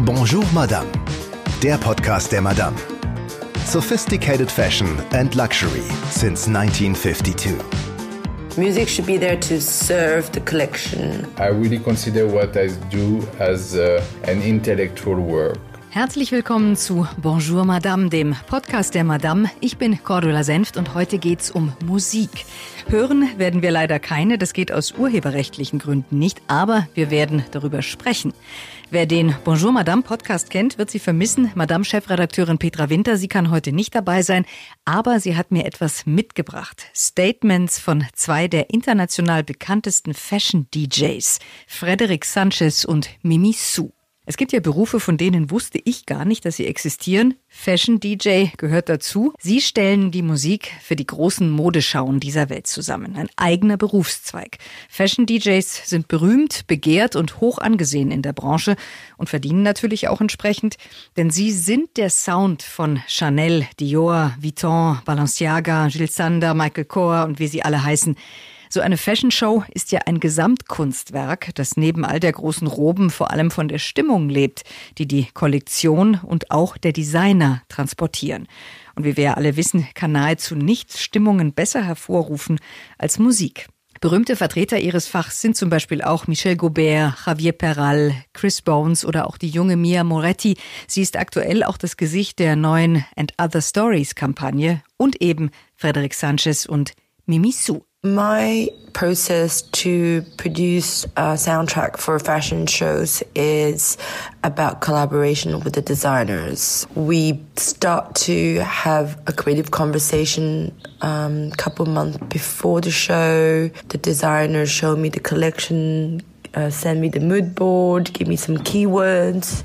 Bonjour Madame, der Podcast der Madame. Sophisticated fashion and luxury since 1952. Music should be there to serve the collection. I really consider what I do as an intellectual work. Herzlich willkommen zu Bonjour Madame, dem Podcast der Madame. Ich bin Cordula Senft und heute geht's um Musik. Hören werden wir leider keine, das geht aus urheberrechtlichen Gründen nicht, aber wir werden darüber sprechen. Wer den Bonjour Madame Podcast kennt, wird sie vermissen. Madame-Chefredakteurin Petra Winter, sie kann heute nicht dabei sein, aber sie hat mir etwas mitgebracht. Statements von zwei der international bekanntesten Fashion-DJs, Frédéric Sanchez und Mimi Su. Es gibt ja Berufe, von denen wusste ich gar nicht, dass sie existieren. Fashion-DJ gehört dazu. Sie stellen die Musik für die großen Modeschauen dieser Welt zusammen. Ein eigener Berufszweig. Fashion-DJs sind berühmt, begehrt und hoch angesehen in der Branche und verdienen natürlich auch entsprechend, denn sie sind der Sound von Chanel, Dior, Vuitton, Balenciaga, Jil Sander, Michael Kors und wie sie alle heißen. So eine Fashion-Show ist ja ein Gesamtkunstwerk, das neben all der großen Roben vor allem von der Stimmung lebt, die die Kollektion und auch der Designer transportieren. Und wie wir ja alle wissen, kann nahezu nichts Stimmungen besser hervorrufen als Musik. Berühmte Vertreter ihres Fachs sind zum Beispiel auch Michel Gaubert, Javier Peral, Chris Bones oder auch die junge Mia Moretti. Sie ist aktuell auch das Gesicht der neuen And Other Stories-Kampagne und eben Frédéric Sanchez und Mimi Su. My process to produce a soundtrack for fashion shows is about collaboration with the designers. We start to have a creative conversation couple months before the show. The designers show me the collection, send me the mood board, give me some keywords,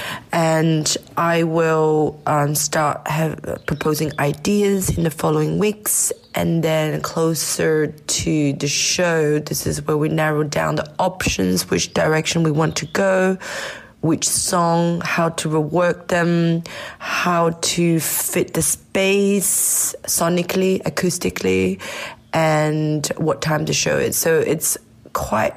and I will start proposing ideas in the following weeks. And then closer to the show, this is where we narrow down the options, which direction we want to go, which song, how to rework them, how to fit the space sonically, acoustically, and what time the show is. So it's quite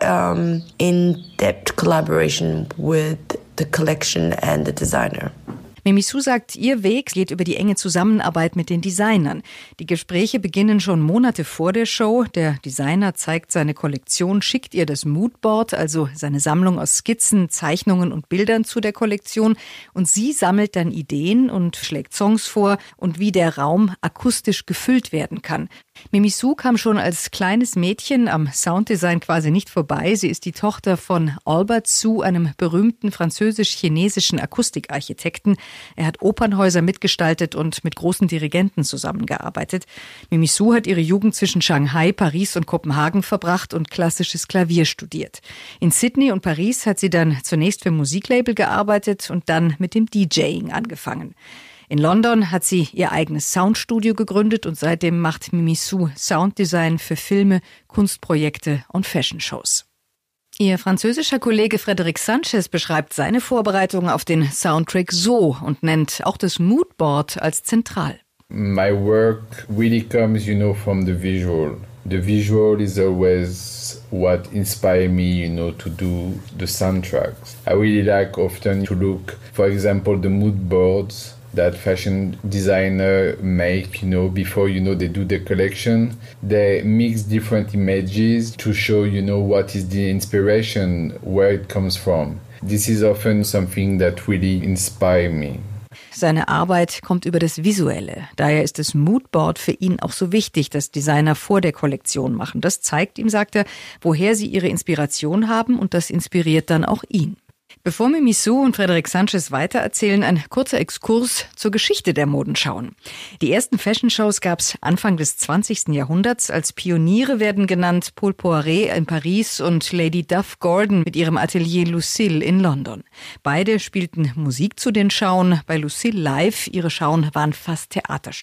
in-depth collaboration with the collection and the designer. Mimi Su sagt, ihr Weg geht über die enge Zusammenarbeit mit den Designern. Die Gespräche beginnen schon Monate vor der Show. Der Designer zeigt seine Kollektion, schickt ihr das Moodboard, also seine Sammlung aus Skizzen, Zeichnungen und Bildern zu der Kollektion. Und sie sammelt dann Ideen und schlägt Songs vor und wie der Raum akustisch gefüllt werden kann. Mimi Su kam schon als kleines Mädchen am Sounddesign quasi nicht vorbei. Sie ist die Tochter von Albert Su, einem berühmten französisch-chinesischen Akustikarchitekten. Er hat Opernhäuser mitgestaltet und mit großen Dirigenten zusammengearbeitet. Mimi Su hat ihre Jugend zwischen Shanghai, Paris und Kopenhagen verbracht und klassisches Klavier studiert. In Sydney und Paris hat sie dann zunächst für Musiklabel gearbeitet und dann mit dem DJing angefangen. In London hat sie ihr eigenes Soundstudio gegründet und seitdem macht Mimi Su Sounddesign für Filme, Kunstprojekte und Fashionshows. Ihr französischer Kollege Frédéric Sanchez beschreibt seine Vorbereitungen auf den Soundtrack so und nennt auch das Moodboard als zentral. My work really comes, from the visual. The visual is always what inspired me, to do the soundtracks. I really like often to look, for example, the mood boards that fashion designer make, before, they do the collection. They mix different images to show, what is the inspiration, where it comes from. This is often something that really inspires me. Seine Arbeit kommt über das Visuelle. Daher ist das Moodboard für ihn auch so wichtig, das Designer vor der Kollektion machen. Das zeigt ihm, sagt er, woher sie ihre Inspiration haben und das inspiriert dann auch ihn. Bevor Mimi Su und Frédéric Sanchez weitererzählen, ein kurzer Exkurs zur Geschichte der Modenschauen. Die ersten Fashion-Shows gab es Anfang des 20. Jahrhunderts. Als Pioniere werden genannt Paul Poiret in Paris und Lady Duff Gordon mit ihrem Atelier Lucille in London. Beide spielten Musik zu den Schauen. Bei Lucille live, ihre Schauen waren fast Theaterstücke.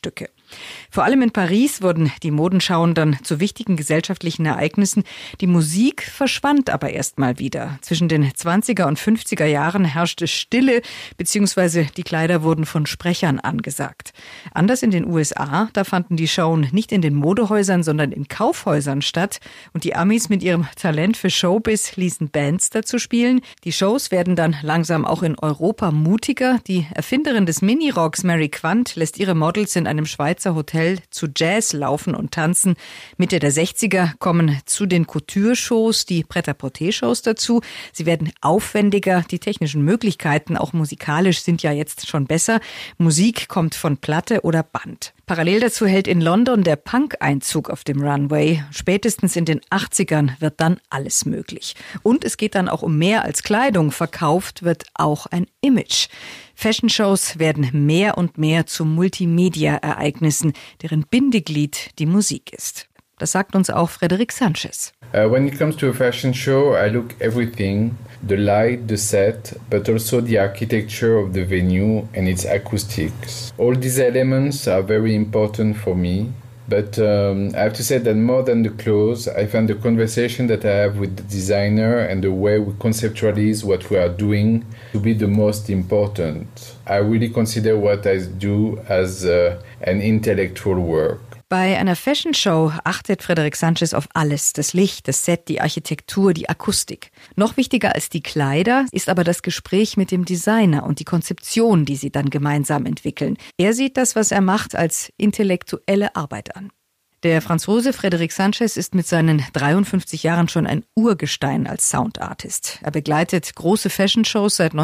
Vor allem in Paris wurden die Modenschauen dann zu wichtigen gesellschaftlichen Ereignissen. Die Musik verschwand aber erst mal wieder. Zwischen den 20er und 50er Jahren herrschte Stille, beziehungsweise die Kleider wurden von Sprechern angesagt. Anders in den USA, da fanden die Schauen nicht in den Modehäusern, sondern in Kaufhäusern statt. Und die Amis mit ihrem Talent für Showbiz ließen Bands dazu spielen. Die Shows werden dann langsam auch in Europa mutiger. Die Erfinderin des Minirocks, Mary Quant, lässt ihre Models in einem Schweizer Hotel zu Jazz laufen und tanzen. Mitte der 60er kommen zu den Couture-Shows die Pret-à-Porter-Shows dazu. Sie werden aufwendiger. Die technischen Möglichkeiten, auch musikalisch, sind ja jetzt schon besser. Musik kommt von Platte oder Band. Parallel dazu hält in London der Punk Einzug auf dem Runway. Spätestens in den 80ern wird dann alles möglich. Und es geht dann auch um mehr als Kleidung. Verkauft wird auch ein Image. Fashion-Shows werden mehr und mehr zu Multimedia-Ereignissen, deren Bindeglied die Musik ist. Das sagt uns auch Frédéric Sanchez. When it comes to a fashion show, I look everything, the light, the set, but also the architecture of the venue and its acoustics. All these elements are very important for me. But I have to say that more than the clothes, I find the conversation that I have with the designer and the way we conceptualize what we are doing to be the most important. I really consider what I do as an intellectual work. Bei einer Fashion-Show achtet Frédéric Sanchez auf alles. Das Licht, das Set, die Architektur, die Akustik. Noch wichtiger als die Kleider ist aber das Gespräch mit dem Designer und die Konzeption, die sie dann gemeinsam entwickeln. Er sieht das, was er macht, als intellektuelle Arbeit an. Der Franzose Frédéric Sanchez ist mit seinen 53 Jahren schon ein Urgestein als Soundartist. Er begleitet große Fashion-Shows seit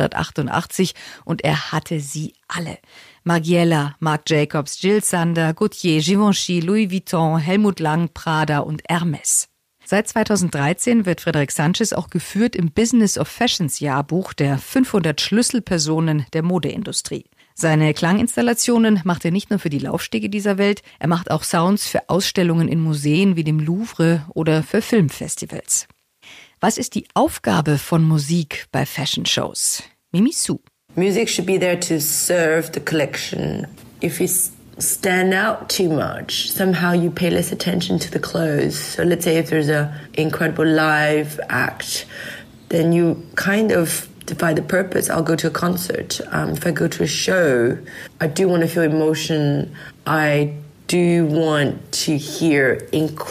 1988 und er hatte sie alle. Margiela, Marc Jacobs, Jil Sander, Gaultier, Givenchy, Louis Vuitton, Helmut Lang, Prada und Hermès. Seit 2013 wird Frédéric Sanchez auch geführt im Business of Fashions Jahrbuch der 500 Schlüsselpersonen der Modeindustrie. Seine Klanginstallationen macht er nicht nur für die Laufstege dieser Welt, er macht auch Sounds für Ausstellungen in Museen wie dem Louvre oder für Filmfestivals. Was ist die Aufgabe von Musik bei Fashion Shows? Mimi Su. Music should be there to serve the collection. If you stand out too much, somehow you pay less attention to the clothes. So let's say if there's an incredible live act, then you kind of defy the purpose. I'll go to a concert. If I go to a show, I do want to feel emotion. I do want to hear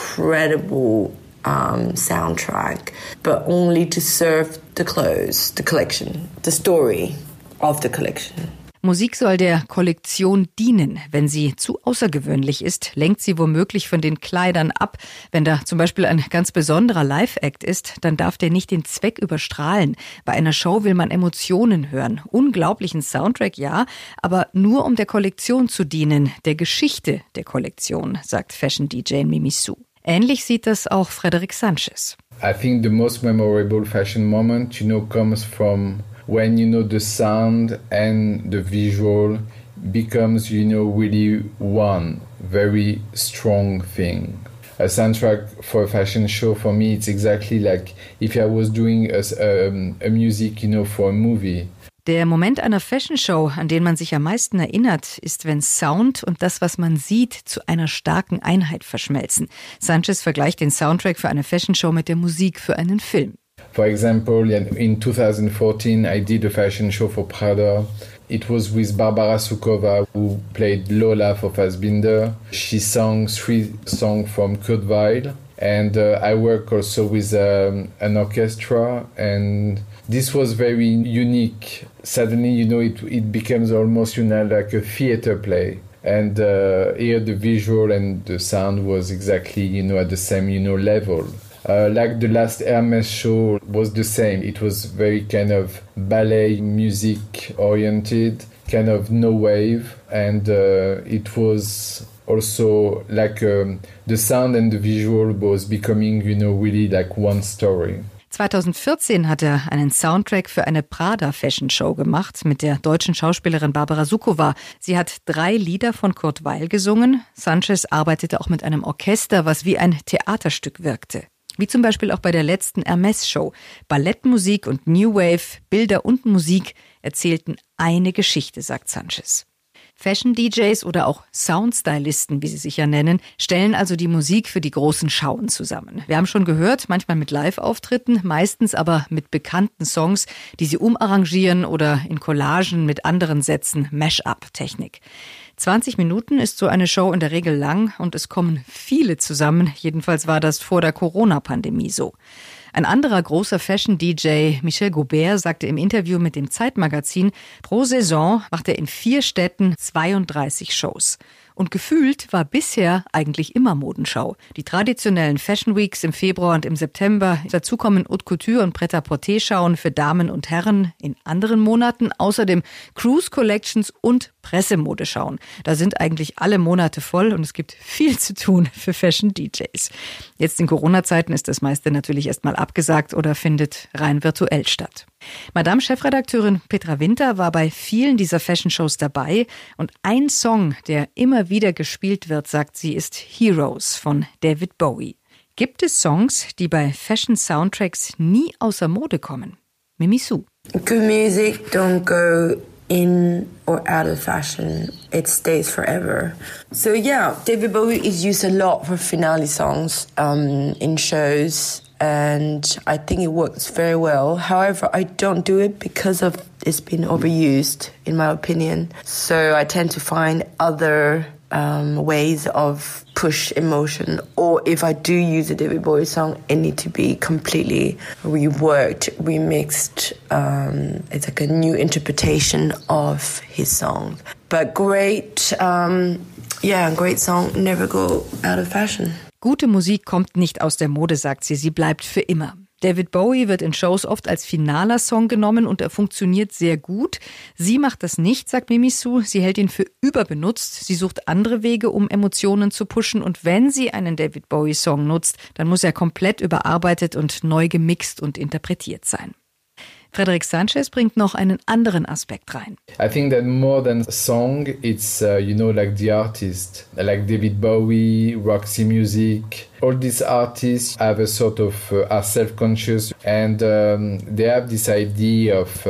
incredible soundtrack, but only to serve the clothes, the collection, the story of the collection. Musik soll der Kollektion dienen. Wenn sie zu außergewöhnlich ist, lenkt sie womöglich von den Kleidern ab. Wenn da zum Beispiel ein ganz besonderer Live-Act ist, dann darf der nicht den Zweck überstrahlen. Bei einer Show will man Emotionen hören. Unglaublichen Soundtrack, ja, aber nur um der Kollektion zu dienen, der Geschichte der Kollektion, sagt Fashion-DJ Mimi Su. Ähnlich sieht das auch Frédéric Sanchez. I think the most memorable fashion moment, comes from when, the sound and the visual becomes, really one very strong thing. A soundtrack for a fashion show, for me, it's exactly like if I was doing a music, for a movie. Der Moment einer Fashion-Show, an den man sich am meisten erinnert, ist, wenn Sound und das, was man sieht, zu einer starken Einheit verschmelzen. Sanchez vergleicht den Soundtrack für eine Fashion-Show mit der Musik für einen Film. For example, in 2014, I did a fashion show for Prada. It was with Barbara Suková, who played Lola for Fassbinder. She sang 3 songs from Kurt Weill. And I work also with an orchestra, and this was very unique. Suddenly, it becomes almost, like a theater play. And here the visual and the sound was exactly, at the same, level. Like the last Hermès show was the same. It was very kind of ballet music oriented, kind of no wave, and it was also like the sound and the visual was becoming, really like one story. 2014 hat er einen Soundtrack für eine Prada-Fashion-Show gemacht mit der deutschen Schauspielerin Barbara Suková. Sie hat 3 Lieder von Kurt Weill gesungen. Sanchez arbeitete auch mit einem Orchester, was wie ein Theaterstück wirkte. Wie zum Beispiel auch bei der letzten Hermès-Show. Ballettmusik und New Wave, Bilder und Musik erzählten eine Geschichte, sagt Sanchez. Fashion-DJs oder auch Soundstylisten, wie sie sich ja nennen, stellen also die Musik für die großen Schauen zusammen. Wir haben schon gehört, manchmal mit Live-Auftritten, meistens aber mit bekannten Songs, die sie umarrangieren oder in Collagen mit anderen Sätzen, Mash-up-Technik. 20 Minuten ist so eine Show in der Regel lang und es kommen viele zusammen. Jedenfalls war das vor der Corona-Pandemie so. Ein anderer großer Fashion-DJ, Michel Gaubert, sagte im Interview mit dem Zeitmagazin, pro Saison macht er in 4 Städten 32 Shows. Und gefühlt war bisher eigentlich immer Modenschau. Die traditionellen Fashion Weeks im Februar und im September. Dazu kommen Haute Couture und Pret-à-Porter-Schauen für Damen und Herren in anderen Monaten. Außerdem Cruise Collections und Pressemodeschauen. Da sind eigentlich alle Monate voll und es gibt viel zu tun für Fashion-DJs. Jetzt in Corona-Zeiten ist das meiste natürlich erstmal abgesagt oder findet rein virtuell statt. Madame-Chefredakteurin Petra Winter war bei vielen dieser Fashion-Shows dabei und ein Song, der immer wieder gespielt wird, sagt sie, ist Heroes von David Bowie. Gibt es Songs, die bei Fashion-Soundtracks nie außer Mode kommen? Mimi Su. Good music don't go in or out of fashion. It stays forever. So yeah, David Bowie is used a lot for finale songs in shows. And I think it works very well. However, I don't do it because of it's been overused, in my opinion. So I tend to find other ways of push emotion. Or if I do use a David Bowie song, it needs to be completely reworked, remixed. It's like a new interpretation of his song. But great song, never go out of fashion. Gute Musik kommt nicht aus der Mode, sagt sie. Sie bleibt für immer. David Bowie wird in Shows oft als finaler Song genommen und er funktioniert sehr gut. Sie macht das nicht, sagt Mimi Su. Sie hält ihn für überbenutzt. Sie sucht andere Wege, um Emotionen zu pushen. Und wenn sie einen David Bowie-Song nutzt, dann muss er komplett überarbeitet und neu gemixt und interpretiert sein. Frédéric Sanchez bringt noch einen anderen Aspekt rein. I think that more than a song, it's, like the artist, like David Bowie, Roxy Music. All these artists have a sort of, are self-conscious and they have this idea of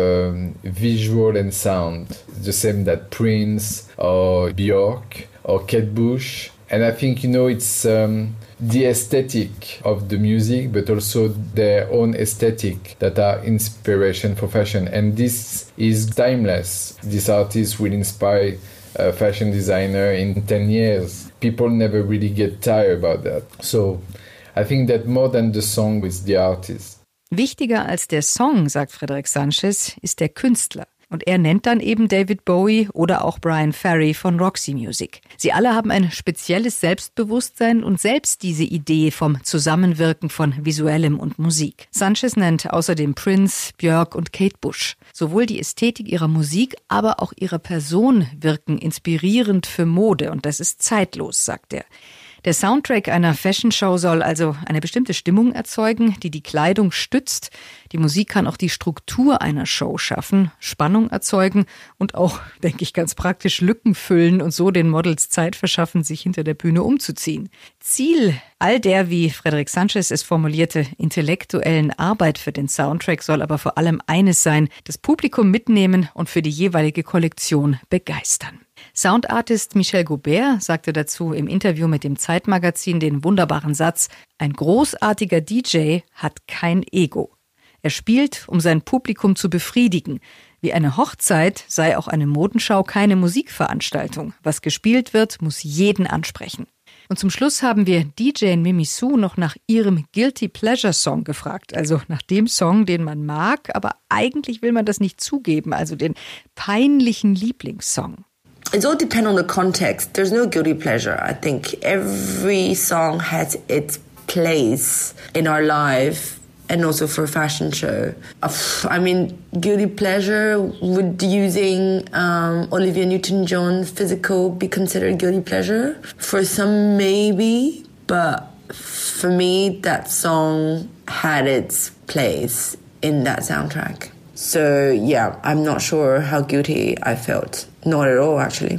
visual and sound. The same that Prince or Björk or Kate Bush. And I think, it's the aesthetic of the music, but also their own aesthetic that are inspiration for fashion. And this is timeless. These artists will inspire a fashion designer in 10 years. People never really get tired about that. So I think that more than the song is the artist. Wichtiger als der Song, sagt Frédéric Sanchez, ist der Künstler. Und er nennt dann eben David Bowie oder auch Brian Ferry von Roxy Music. Sie alle haben ein spezielles Selbstbewusstsein und selbst diese Idee vom Zusammenwirken von Visuellem und Musik. Sanchez nennt außerdem Prince, Björk und Kate Bush. Sowohl die Ästhetik ihrer Musik, aber auch ihrer Person wirken inspirierend für Mode und das ist zeitlos, sagt er. Der Soundtrack einer Fashion-Show soll also eine bestimmte Stimmung erzeugen, die die Kleidung stützt. Die Musik kann auch die Struktur einer Show schaffen, Spannung erzeugen und auch, denke ich, ganz praktisch Lücken füllen und so den Models Zeit verschaffen, sich hinter der Bühne umzuziehen. Ziel all der, wie Frédéric Sanchez es formulierte, intellektuellen Arbeit für den Soundtrack soll aber vor allem eines sein, das Publikum mitnehmen und für die jeweilige Kollektion begeistern. Soundartist Michel Gaubert sagte dazu im Interview mit dem Zeitmagazin den wunderbaren Satz: Ein großartiger DJ hat kein Ego. Er spielt, um sein Publikum zu befriedigen. Wie eine Hochzeit sei auch eine Modenschau keine Musikveranstaltung. Was gespielt wird, muss jeden ansprechen. Und zum Schluss haben wir DJ Mimi Su noch nach ihrem Guilty Pleasure Song gefragt. Also nach dem Song, den man mag, aber eigentlich will man das nicht zugeben. Also den peinlichen Lieblingssong. It's all depend on the context. There's no guilty pleasure. I think every song has its place in our life and also for a fashion show. I mean, guilty pleasure, would using Olivia Newton-John's Physical be considered guilty pleasure? For some, maybe, but for me, that song had its place in that soundtrack. So, yeah, I'm not sure how guilty I felt. Not at all, actually.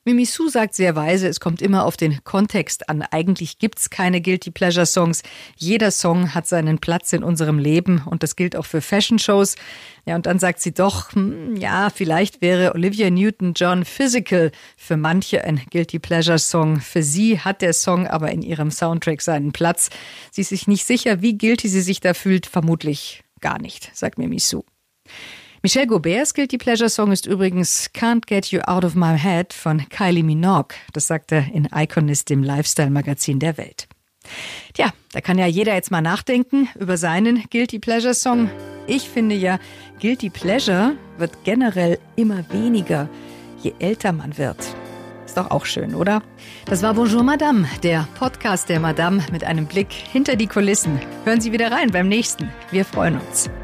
Mimi Su sagt sehr weise, es kommt immer auf den Kontext an. Eigentlich gibt's keine Guilty Pleasure Songs. Jeder Song hat seinen Platz in unserem Leben und das gilt auch für Fashion-Shows. Ja, und dann sagt sie doch, vielleicht wäre Olivia Newton-John Physical für manche ein Guilty Pleasure Song. Für sie hat der Song aber in ihrem Soundtrack seinen Platz. Sie ist sich nicht sicher, wie guilty sie sich da fühlt. Vermutlich gar nicht, sagt Mimi Su. Michelle Gauberts Guilty Pleasure Song ist übrigens Can't Get You Out of My Head von Kylie Minogue. Das sagt er in Iconist, dem Lifestyle-Magazin der Welt. Tja, da kann ja jeder jetzt mal nachdenken über seinen Guilty Pleasure Song. Ich finde ja, Guilty Pleasure wird generell immer weniger, je älter man wird. Ist doch auch schön, oder? Das war Bonjour Madame, der Podcast der Madame mit einem Blick hinter die Kulissen. Hören Sie wieder rein beim nächsten. Wir freuen uns.